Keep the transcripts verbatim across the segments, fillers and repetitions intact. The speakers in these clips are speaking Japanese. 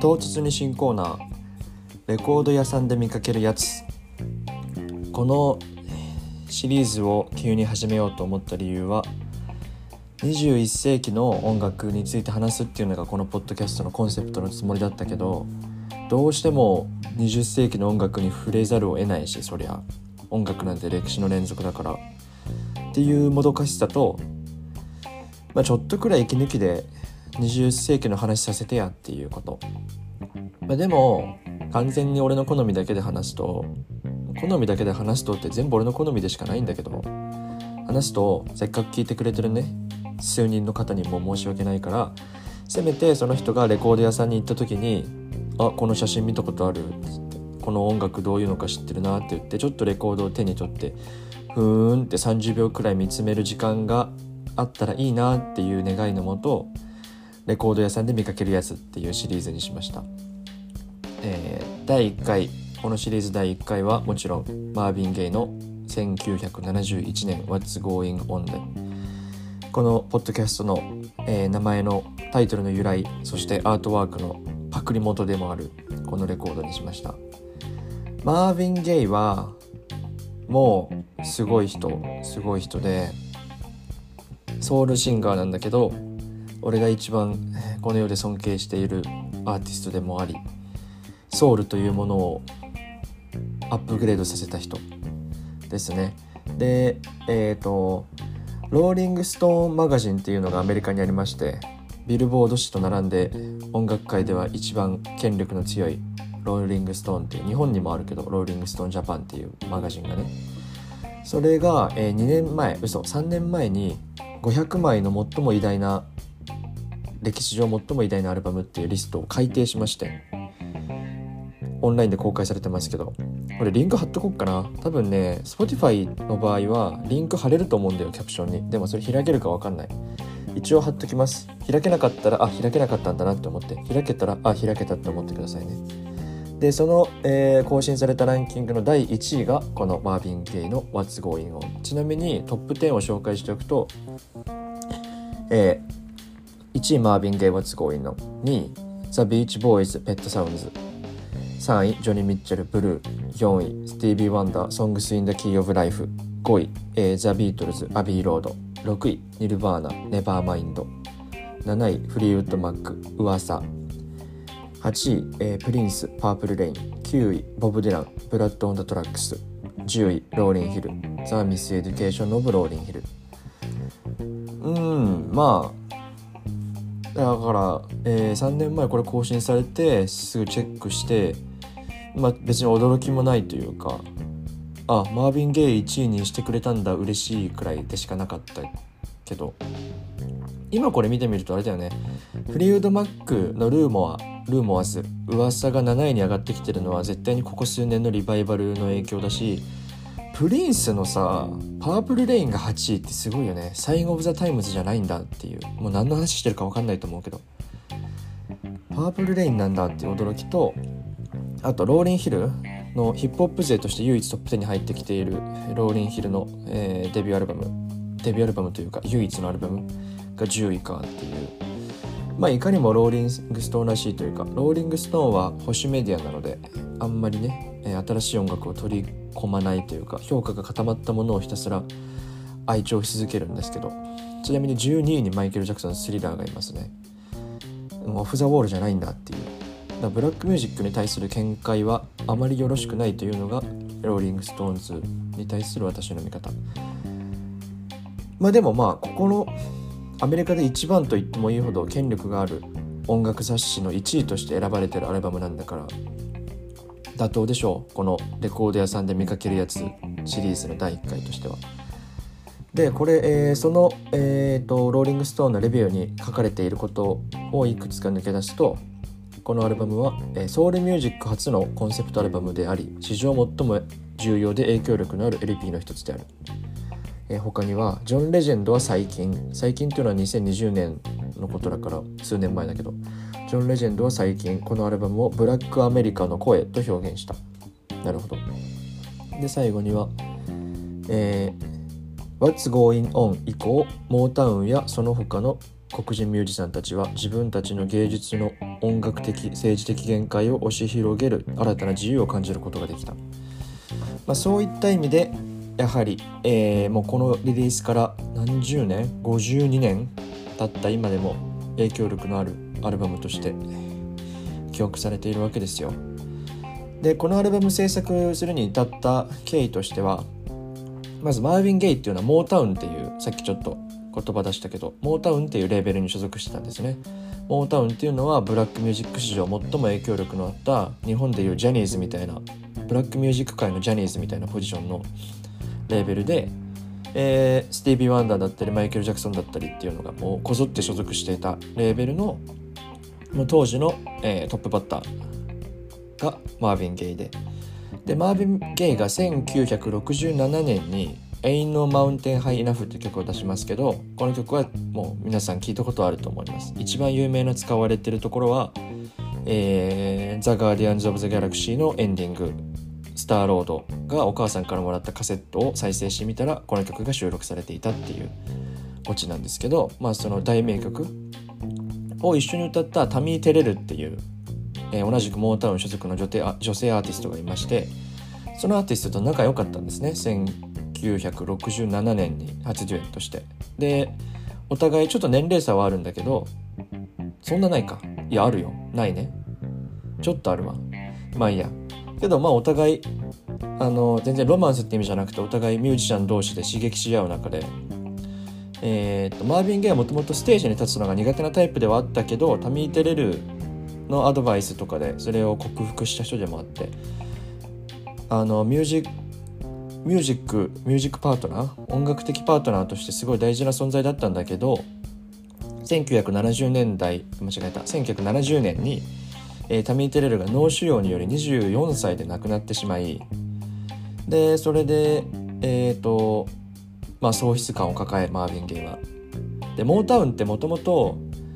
唐突に新コーナー、レコード屋さんで見かけるやつ。このシリーズを急に始めようと思った理由は、にじゅういっ世紀の音楽について話すっていうのがこのポッドキャストのコンセプトのつもりだったけど、どうしてもにじゅっ世紀の音楽に触れざるを得ないし、そりゃ音楽なんて歴史の連続だからっていうもどかしさと、まあ、ちょっとくらい息抜きでにじゅっ世紀の話させてやっていうこと、まあ、でも完全に俺の好みだけで話すと好みだけで話すとって全部俺の好みでしかないんだけど、話すとせっかく聞いてくれてるね数人の方にも申し訳ないから、せめてその人がレコード屋さんに行った時に、あ、この写真見たことあるっつって、この音楽どういうのか知ってるなって言って、ちょっとレコードを手に取ってふーんってさんじゅうびょうくらい見つめる時間があったらいいなっていう願いのもと、レコード屋さんで見かけるやつっていうシリーズにしました。えー、だいいっかい、このシリーズだいいっかいはもちろんマーヴィン・ゲイのせんきゅうひゃくななじゅういちねん What's Going On で、このポッドキャストの、えー、名前のタイトルの由来、そしてアートワークのパクリ元でもあるこのレコードにしました。マーヴィン・ゲイはもうすごい人すごい人でソウルシンガーなんだけど、俺が一番この世で尊敬しているアーティストでもあり、ソウルというものをアップグレードさせた人ですね。で、えーとローリングストーンマガジンっていうのがアメリカにありまして、ビルボード誌と並んで音楽界では一番権力の強いローリングストーンっていう、日本にもあるけどローリングストーンジャパンっていうマガジンがね、それが、えー、にねんまえ嘘さんねんまえにごひゃくまいの最も偉大な、歴史上最も偉大なアルバムっていうリストを改定しまして、オンラインで公開されてますけど、これリンク貼っとこっかな。多分ね Spotify の場合はリンク貼れると思うんだよ、キャプションに。でもそれ開けるか分かんない。一応貼っときます。開けなかったらあ開けなかったんだなって思って、開けたらあ開けたって思ってくださいね。でその、えー、更新されたランキングのだいいちいがこのマーヴィン・ゲイの What's Going On。 ちなみにトップじゅうを紹介しておくと、えー、いちいマーヴィン・ゲイ What's Going On、 にいザ・ビーチボーイズペットサウンズ、さんいジョニー・ミッチェルブルー、よんいスティービー・ワンダー Songs in the Key of Life、 ごい、えー、ザ・ビートルズアビー・ロード、ろくいニルバーナネバーマインド、なないフリーウッド・マック噂、はちい、えー、プリンスパープルレイン、きゅういボブ・ディランブラッド・オン・ザ・トラックス、じゅういローリン・ヒルザ・ミス・エデュケーション・オブ・ローリン・ヒル。うーんまあだから、えー、さんねんまえこれ更新されてすぐチェックして、まあ別に驚きもないというか、あマーヴィン・ゲイいちいにしてくれたんだ嬉しいくらいでしかなかったけど、今これ見てみるとあれだよね、フリーウッド・マックのルーモアルーモアス噂がなないに上がってきてるのは絶対にここ数年のリバイバルの影響だし、プリンスのさパープルレインがはちいってすごいよね。サインオブザタイムズじゃないんだっていう、もう何の話してるか分かんないと思うけどパープルレインなんだっていう驚きと、あとローリンヒルのヒップホップ勢として唯一トップじゅうに入ってきているローリンヒルの、えー、デビューアルバムデビューアルバムというか唯一のアルバムがじゅういかっていう、まあいかにもローリングストーンらしいというか、ローリングストーンは保守メディアなのであんまりね新しい音楽を取り込まないというか、評価が固まったものをひたすら愛聴し続けるんですけど、ちなみにじゅうにいにマイケル・ジャクソンのスリラーがいますね。オフ・ザ・ウォールじゃないんだっていう、だからブラックミュージックに対する見解はあまりよろしくないというのがローリングストーンズに対する私の見方。まあでもまあここのアメリカで一番と言ってもいいほど権力がある音楽雑誌のいちいとして選ばれてるアルバムなんだから妥当でしょう、このレコード屋さんで見かけるやつシリーズのだいいっかいとしては。でこれ、えー、その、えーと、ローリングストーンのレビューに書かれていることをいくつか抜け出すと、このアルバムは、えー、ソウルミュージック初のコンセプトアルバムであり、史上最も重要で影響力のある エルピー の一つである。えー、他にはジョン・レジェンドは最近最近というのはにせんにじゅうねんのことだから数年前だけど、ジョン・レジェンドは最近このアルバムをブラックアメリカの声と表現した。なるほど。で最後には、えー、What's Going On 以降モータウンやその他の黒人ミュージシャンたちは自分たちの芸術の音楽的政治的限界を押し広げる新たな自由を感じることができた。まあ、そういった意味でやはり、えー、もうこのリリースから何十年ごじゅうにねん経った今でも影響力のあるアルバムとして記憶されているわけですよ。でこのアルバム制作するに至った経緯としては、まずマーヴィン・ゲイっていうのはモータウンっていう、さっきちょっと言葉出したけどモータウンっていうレーベルに所属してたんですね。モータウンっていうのはブラックミュージック史上最も影響力のあった日本でいうジャニーズみたいな、ブラックミュージック界のジャニーズみたいなポジションのレーベルで、えー、スティービー・ワンダーだったりマイケル・ジャクソンだったりっていうのがもうこぞって所属していたレーベルのもう当時の、えー、トップバッターがマーヴィン・ゲイで、でマーヴィン・ゲイがせんきゅうひゃくろくじゅうななねんにAin't No Mountain High Enoughっていう曲を出しますけど、この曲はもう皆さん聞いたことあると思います。一番有名な使われているところは、えー、The Guardians of the Galaxy のエンディングスターロードがお母さんからもらったカセットを再生してみたらこの曲が収録されていたっていうオチなんですけど、まあその大名曲を一緒に歌ったタミー・テレルっていう、えー、同じくモータウン所属の女性アーティストがいまして、そのアーティストと仲良かったんですね。せんきゅうひゃくろくじゅうななねんに初デュエットして、でお互いちょっと年齢差はあるんだけど、そんなないか、いやあるよ、ないね、ちょっとあるわ、まあいいやけど、まあお互いあの全然ロマンスって意味じゃなくてお互いミュージシャン同士で刺激し合う中で、えー、とマーヴィン・ゲイはもともとステージに立つのが苦手なタイプではあったけど、タミー・テレルのアドバイスとかでそれを克服した人でもあって、あのミュージックミュージックミュージックパートナー音楽的パートナーとしてすごい大事な存在だったんだけど、せんきゅうひゃくななじゅうねんだい間違えたせんきゅうひゃくななじゅうねんに、えー、タミー・テレルが脳腫瘍によりにじゅうよんさいで亡くなってしまい、でそれでえっ、ー、とまあ喪失感を抱えマーヴィン・ゲイはでモータウンってもともと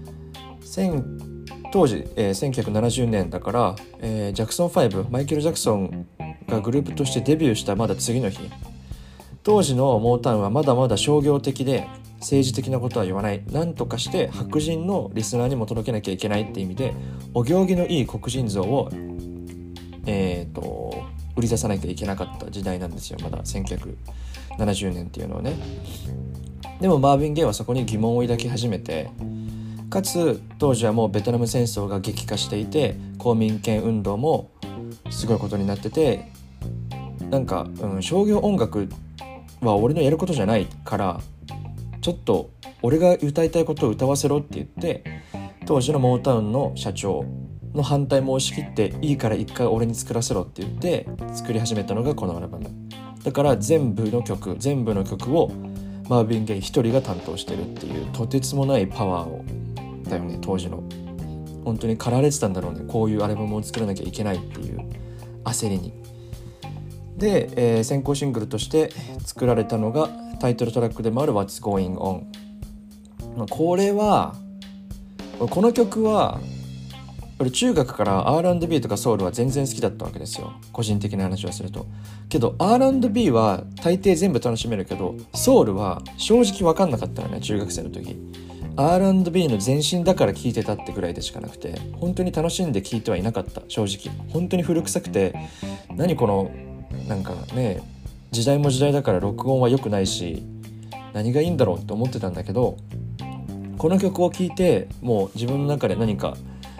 当時、えー、せんきゅうひゃくななじゅうねんだから、えー、ジャクソンファイブマイケル・ジャクソンがグループとしてデビューしたまだ次の日、当時のモータウンはまだまだ商業的で政治的なことは言わない、なんとかして白人のリスナーにも届けなきゃいけないって意味でお行儀のいい黒人像を、えー、と売り出さなきゃいけなかった時代なんですよ、まだせんきゅうひゃくななじゅうねんっていうのはね。でもマーヴィン・ゲイはそこに疑問を抱き始めて、かつ当時はもうベトナム戦争が激化していて公民権運動もすごいことになってて、なんか、うん、商業音楽は俺のやることじゃないからちょっと俺が歌いたいことを歌わせろって言って、当時のモータウンの社長の反対も押し切って、いいから一回俺に作らせろって言って作り始めたのがこのアルバムだから、全部の曲全部の曲をマーヴィン・ゲイ一人が担当してるっていうとてつもないパワーをだよね。当時の本当に駆られてたんだろうね、こういうアルバムを作らなきゃいけないっていう焦りに。で、えー、先行シングルとして作られたのがタイトルトラックでもある What's Going On。 これはこの曲は俺中学から アールアンドビー とかソウルは全然好きだったわけですよ、個人的な話をすると。けど アールアンドビー は大抵全部楽しめるけど、ソウルは正直分かんなかったのね、中学生の時。 アールアンドビー の前身だから聴いてたってぐらいでしかなくて、本当に楽しんで聴いてはいなかった、正直。本当に古臭くて、何このなんかね、時代も時代だから録音は良くないし何がいいんだろうって思ってたんだけど、この曲を聴いてもう自分の中で何か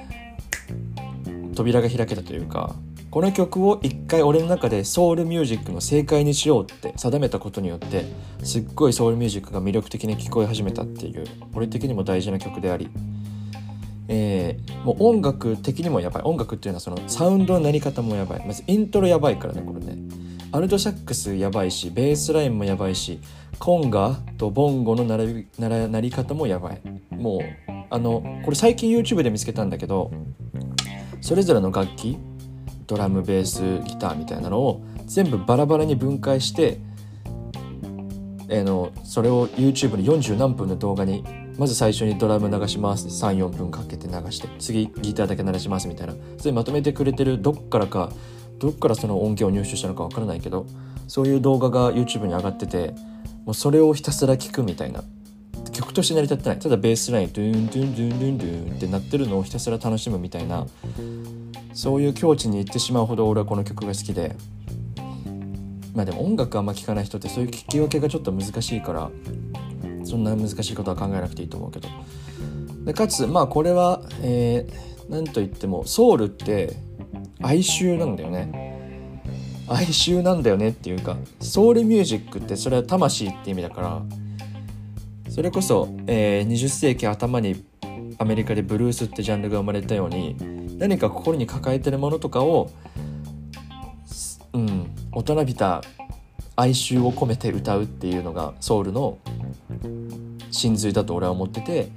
扉が開けたというか、この曲を一回俺の中でソウルミュージックの正解にしようって定めたことによって、すっごいソウルミュージックが魅力的に聞こえ始めたっていう、俺的にも大事な曲であり、えー、もう音楽的にもやばい。音楽っていうのはそのサウンドのなり方もやばい。まずイントロやばいからね、これね。アルトサックスやばいし、ベースラインもやばいし、コンガとボンゴのなり、なら、なり方もやばい。もうあのこれ最近 YouTube で見つけたんだけど、それぞれの楽器、ドラム、ベース、ギターみたいなのを全部バラバラに分解して、えー、のそれを YouTube のよんじゅう何分の動画に、まず最初にドラム流します さん,よん 分かけて流して、次ギターだけ鳴らしますみたいな、それまとめてくれてる、どっからかどっからその音源を入手したのかわからないけど、そういう動画が YouTube に上がってて、もうそれをひたすら聞くみたいな。曲として成り立ってない、ただベースラインドゥンドゥンドゥンドゥンドゥンってなってるのをひたすら楽しむみたいな、そういう境地に行ってしまうほど俺はこの曲が好きで、まあでも音楽あんま聴かない人ってそういう聞き分けがちょっと難しいから、そんな難しいことは考えなくていいと思うけど、でかつまあこれは、えー、なんといってもソウルって哀愁なんだよね。哀愁なんだよねっていうか、ソウルミュージックってそれは魂って意味だから、それこそ、えー、にじゅっ世紀頭にアメリカでブルースってジャンルが生まれたように、何か心に抱えてるものとかを、うん、大人びた哀愁を込めて歌うっていうのがソウルの真髄だと俺は思ってて、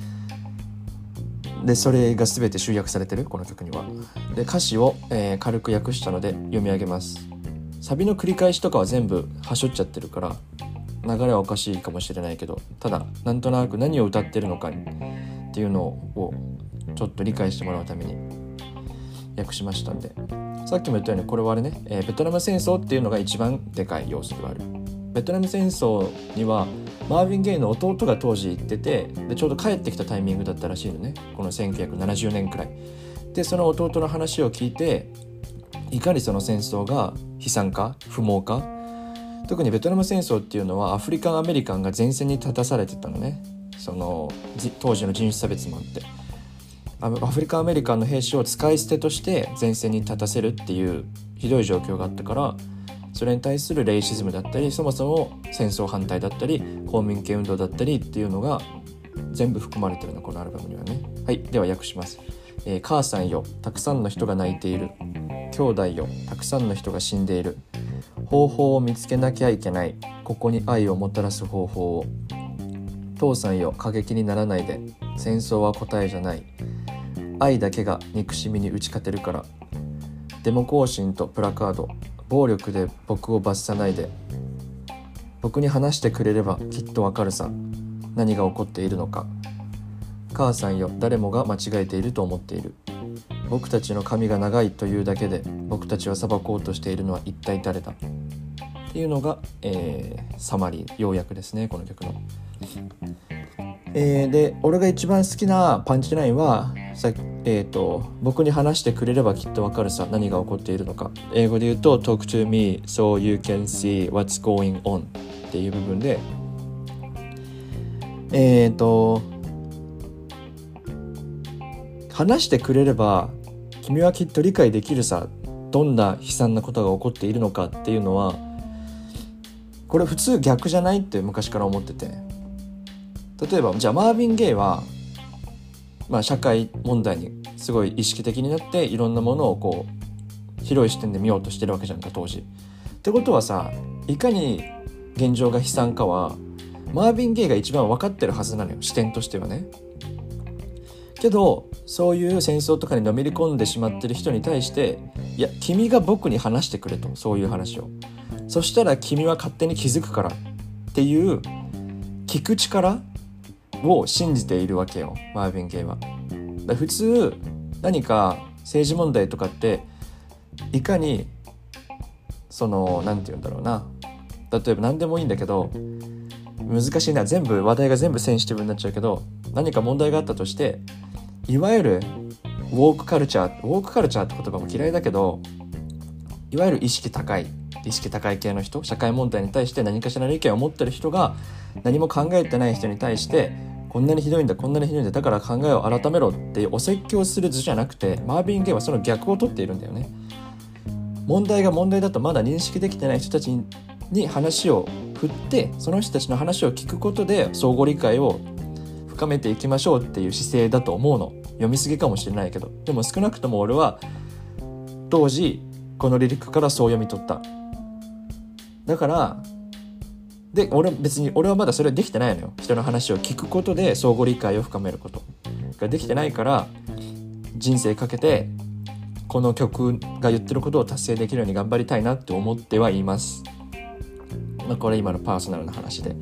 でそれが全て集約されてるこの曲には。で歌詞を、えー、軽く訳したので読み上げます。サビの繰り返しとかは全部はしょっちゃってるから流れはおかしいかもしれないけど、ただなんとなく何を歌ってるのかっていうのをちょっと理解してもらうために訳しましたんで、さっきも言ったようにこれはあれね、えー、ベトナム戦争っていうのが一番でかい要素がある。ベトナム戦争にはマーヴィン・ゲイの弟が当時行ってて、でちょうど帰ってきたタイミングだったらしいのね、このせんきゅうひゃくななじゅうねんくらいで、その弟の話を聞いて、いかにその戦争が悲惨か不毛か、特にベトナム戦争っていうのはアフリカンアメリカンが前線に立たされてたのね。その当時の人種差別もあって、アフリカンアメリカンの兵士を使い捨てとして前線に立たせるっていうひどい状況があったから、それに対するレイシズムだったり、そもそも戦争反対だったり公民権運動だったりっていうのが全部含まれてるのこのアルバムにはね。はい、では訳します。えー、母さんよ、たくさんの人が泣いている。兄弟よ、たくさんの人が死んでいる。方法を見つけなきゃいけない。ここに愛をもたらす方法を。父さんよ、過激にならないで。戦争は答えじゃない。愛だけが憎しみに打ち勝てるから。デモ行進とプラカード、暴力で僕を罰さないで。僕に話してくれればきっとわかるさ。何が起こっているのか。母さんよ、誰もが間違えていると思っている。僕たちの髪が長いというだけで僕たちを裁こうとしているのは一体誰だっていうのが、えー、サマリー要約ですね、この曲の。えー、で俺が一番好きなパンチラインはさ、えー、と僕に話してくれればきっとわかるさ、何が起こっているのか。英語で言うと Talk to me so you can see what's going on っていう部分で、えーと話してくれれば君はきっと理解できるさ、どんな悲惨なことが起こっているのかっていうのは、これ普通逆じゃないって昔から思ってて、例えばじゃあマーヴィン・ゲイは、まあ、社会問題にすごい意識的になっていろんなものをこう広い視点で見ようとしてるわけじゃんか当時。ってことはさ、いかに現状が悲惨かはマーヴィン・ゲイが一番分かってるはずなのよ、視点としてはね。けどそういう戦争とかにのめり込んでしまってる人に対して、いや君が僕に話してくれと、そういう話を、そしたら君は勝手に気づくからっていう聞く力を信じているわけよ、マーヴィン・ゲイは。だ普通何か政治問題とかっていかにそのなんて言うんだろうな、例えば何でもいいんだけど、難しいな、全部話題が全部センシティブになっちゃうけど、何か問題があったとして、いわゆるウォークカルチャー、ウォークカルチャーって言葉も嫌いだけど、いわゆる意識高い意識高い系の人、社会問題に対して何かしらの意見を持ってる人が何も考えてない人に対して、こんなにひどいんだこんなにひどいんだだから考えを改めろっていうお説教する図じゃなくて、マーヴィン・ゲイはその逆を取っているんだよね。問題が問題だとまだ認識できてない人たちに話を振って、その人たちの話を聞くことで相互理解を深めていきましょうっていう姿勢だと思うの。読みすぎかもしれないけど、でも少なくとも俺は当時このリリックからそう読み取った。だからで俺別に俺はまだそれはできてないのよ。人の話を聞くことで相互理解を深めることができてないから、人生かけてこの曲が言ってることを達成できるように頑張りたいなって思ってはいます。まあ、これ今のパーソナルな話で。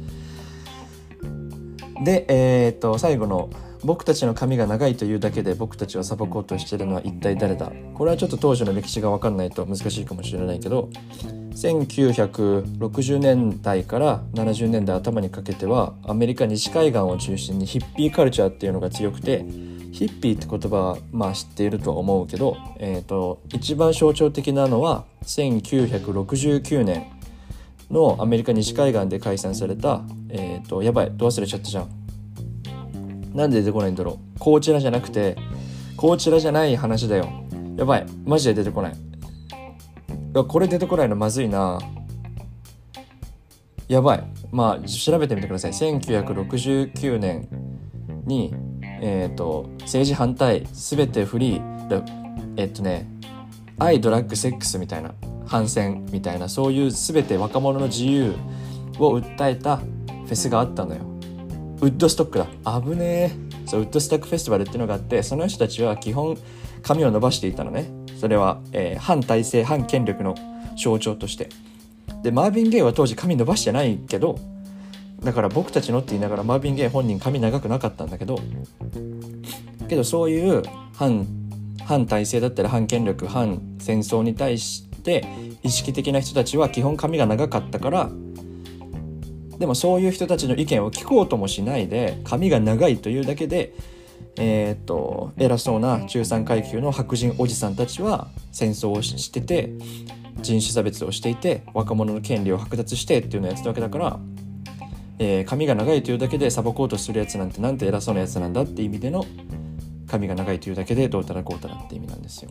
で、えー、っと最後の僕たちの髪が長いというだけで僕たちを裁こうとしているのは一体誰だ。これはちょっと当時の歴史が分かんないと難しいかもしれないけど、 せんきゅうひゃくろくじゅうねんだいからななじゅうねんだい頭にかけてはアメリカ西海岸を中心にヒッピーカルチャーっていうのが強くて、ヒッピーって言葉はまあ知っているとは思うけど、えーと、一番象徴的なのはせんきゅうひゃくろくじゅうきゅうねんのアメリカ西海岸で開催された、えーと、やばい、ど忘れちゃったじゃん。なんで出てこないんだろう。こちらじゃなくて、こちらじゃない話だよ。やばい、マジで出てこない。これ出てこないのまずいな。やばい。まあ調べてみてください。せんきゅうひゃくろくじゅうきゅうねんに、えーと、政治反対、すべてフリー、えっとね、愛、ドラッグ、セックスみたいな、反戦みたいな、そういうすべて若者の自由を訴えたフェスがあったのよ。ウッドストックだ。危ねえ。そう、ウッドストックフェスティバルっていうのがあって、その人たちは基本髪を伸ばしていたのね。それは、えー、反体制、反権力の象徴として。で、マーヴィン・ゲイは当時髪伸ばしてないけど、だから僕たちのって言いながらマーヴィン・ゲイ本人髪長くなかったんだけど、けどそういう反、反体制だったり反権力、反戦争に対して意識的な人たちは基本髪が長かったから、でもそういう人たちの意見を聞こうともしないで、髪が長いというだけで、えー、っと偉そうな中産階級の白人おじさんたちは戦争をしてて、人種差別をしていて、若者の権利を剥奪してっていうのをやってたわけだから、えー、髪が長いというだけで裁こうとするやつなんてなんて偉そうなやつなんだって意味での、髪が長いというだけでどうたらこうたらって意味なんですよ。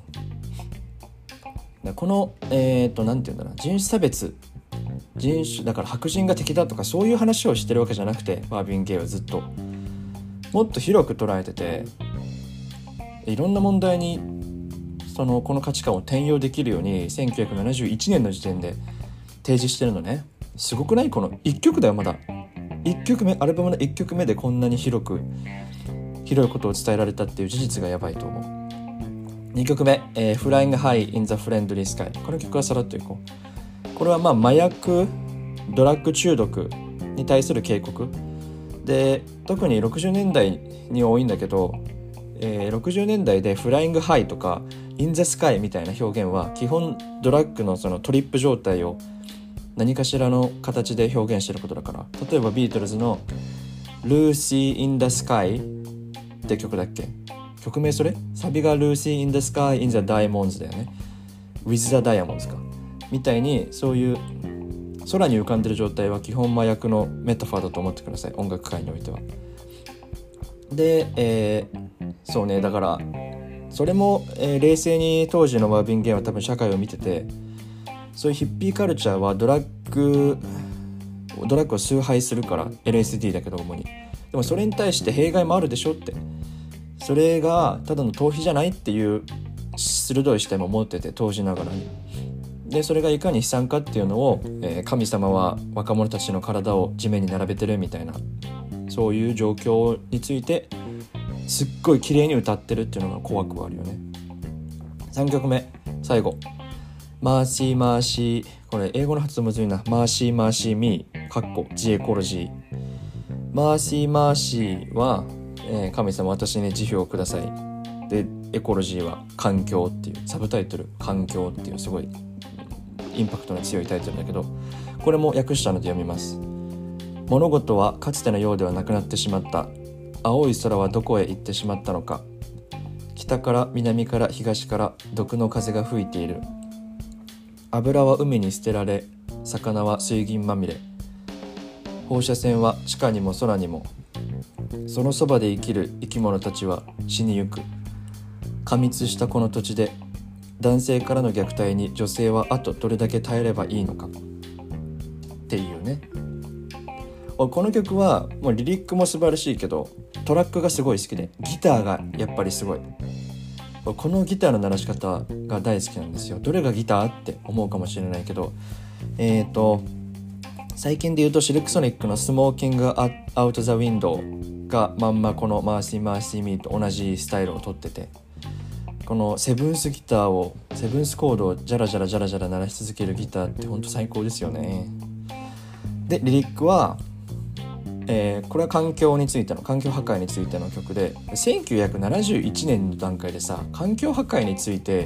このえー、っとなんていうんだろう、人種差別、人種だから白人が敵だとかそういう話をしてるわけじゃなくて、マーヴィン・ゲイはずっともっと広く捉えてて、いろんな問題にそのこの価値観を転用できるようにせんきゅうひゃくななじゅういちねんの時点で提示してるのね。すごくない？このいっきょくだよ。まだいっきょくめ、アルバムのいっきょくめでこんなに広く広いことを伝えられたっていう事実がやばいと思う。にきょくめ、えー、Flying High in the Friendly Sky。 この曲はさらっといこう。これはまあ麻薬、ドラッグ中毒に対する警告で、特にろくじゅうねんだいに多いんだけど、えー、ろくじゅうねんだいでフライングハイとかインザスカイみたいな表現は基本ドラッグのそのトリップ状態を何かしらの形で表現してることだから、例えばビートルズのルーシー・イン・ダ・スカイって曲だっけ、曲名それ、サビがルーシー・イン・ダ・スカイ・イン・ザ・ダイヤモンズだよね。 With the Diamonds かみたいに、そういう空に浮かんでる状態は基本麻薬のメタファーだと思ってください、音楽界においては。で、えー、そうね、だからそれも、えー、冷静に当時のマーヴィン・ゲイは多分社会を見てて、そういうヒッピーカルチャーはドラッグドラッグを崇拝するから、 エルエスディー だけど主に。でもそれに対して弊害もあるでしょって、それがただの逃避じゃないっていう鋭い視点も持ってて、当時ながらに。でそれがいかに悲惨かっていうのを、えー、神様は若者たちの体を地面に並べてるみたいな、そういう状況についてすっごい綺麗に歌ってるっていうのが怖くはあるよね。さんきょくめ、最後、マーシーマーシー、これ英語の発音むずいな。マーシーマーシーミーかっこジエコロジー。マーシーマーシーは、えー、神様私に慈悲をください。でエコロジーは環境っていう、サブタイトル環境っていうすごいインパクトの強いタイトルだけど、これも訳したので読みます。物事はかつてのようではなくなってしまった。青い空はどこへ行ってしまったのか。北から南から東から毒の風が吹いている。油は海に捨てられ、魚は水銀まみれ。放射線は地下にも空にも。そのそばで生きる生き物たちは死にゆく。過密したこの土地で男性からの虐待に女性はあとどれだけ耐えればいいのかっていうね。この曲はもうリリックも素晴らしいけど、トラックがすごい好きで、ギターがやっぱりすごい。このギターの鳴らし方が大好きなんですよ。どれがギターって思うかもしれないけど、えーと最近で言うとシルクソニックのスモーキングアウトザウィンドウがまんまこのマーシーマーシーミーと同じスタイルをとってて、このセブンスギターをセブンスコードをジャラジャラジャラジャラ鳴らし続けるギターってほんと最高ですよね。でリリックは、えー、これは環境についての環境破壊についての曲で、せんきゅうひゃくななじゅういちねんの段階でさ、環境破壊について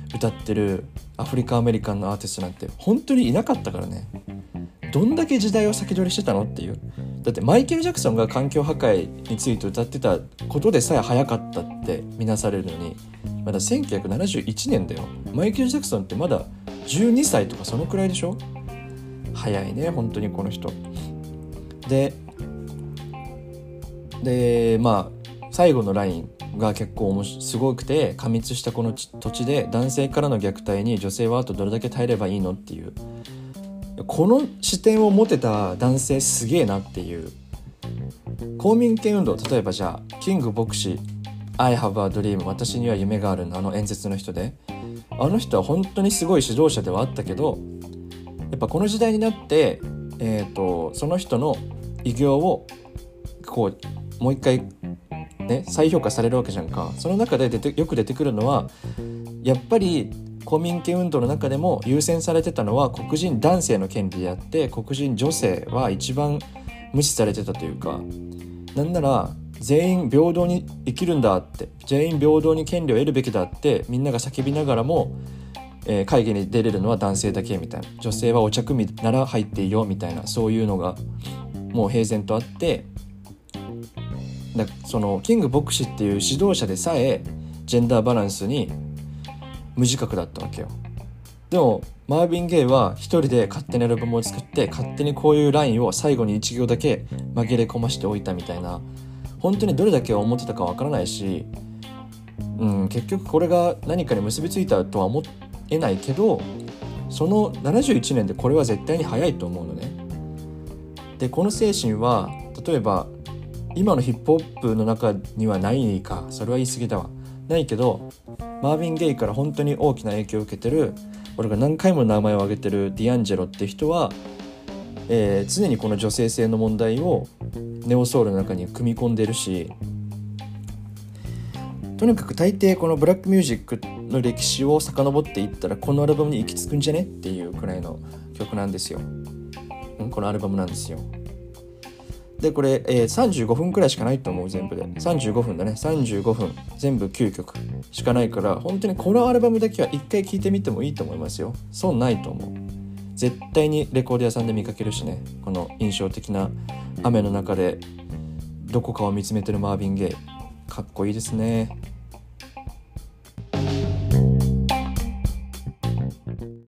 歌ってるアフリカアメリカンのアーティストなんて本当にいなかったからね。どんだけ時代を先取りしてたのっていう。だってマイケル・ジャクソンが環境破壊について歌ってたことでさえ早かったって見なされるのに、まだせんきゅうひゃくななじゅういちねんだよ。マイケル・ジャクソンってまだじゅうにさいとかそのくらいでしょ。早いね本当にこの人で。でまあ最後のラインが結構面白すごくて、過密したこの土地で男性からの虐待に女性はあとどれだけ耐えればいいのっていう、この視点を持てた男性すげえなっていう。公民権運動、例えばじゃあキング牧師 I have a dream 私には夢があるのあの演説の人で、あの人は本当にすごい指導者ではあったけど、やっぱこの時代になって、えーと、その人の偉業をこうもう一回ね再評価されるわけじゃんか。その中で出てよく出てくるのは、やっぱり公民権運動の中でも優先されてたのは黒人男性の権利であって、黒人女性は一番無視されてたというか、なんなら全員平等に生きるんだって、全員平等に権利を得るべきだってみんなが叫びながらも、えー、会議に出れるのは男性だけみたいな、女性はお茶組なら入っていいよみたいな、そういうのがもう平然とあって、だそのキング牧師っていう指導者でさえジェンダーバランスに無自覚だったわけよ。でもマーヴィン・ゲイは一人で勝手にアルバムを作って、勝手にこういうラインを最後に一行だけ紛れ込ましておいたみたいな、本当にどれだけ思ってたかわからないし、うん、結局これが何かに結びついたとは思えないけど、そのななじゅういちねんでこれは絶対に早いと思うのね。でこの精神は例えば今のヒップホップの中にはないか、それは言い過ぎだわ、ないけどマーヴィン・ゲイから本当に大きな影響を受けてる、俺が何回も名前を挙げてるディアンジェロって人は、えー、常にこの女性性の問題をネオソウルの中に組み込んでるし、とにかく大抵このブラックミュージックの歴史を遡っていったらこのアルバムに行き着くんじゃねっていうくらいの曲なんですよ、うん、このアルバムなんですよ。でこれ、えー、さんじゅうごふんくらいしかないと思う、全部でさんじゅうごふんだね、さんじゅうごふん全部きゅうきょくしかないから、本当にこのアルバムだけは一回聴いてみてもいいと思いますよ。損ないと思う。絶対にレコード屋さんで見かけるしね、この印象的な雨の中でどこかを見つめてるマーヴィン・ゲイ、かっこいいですね。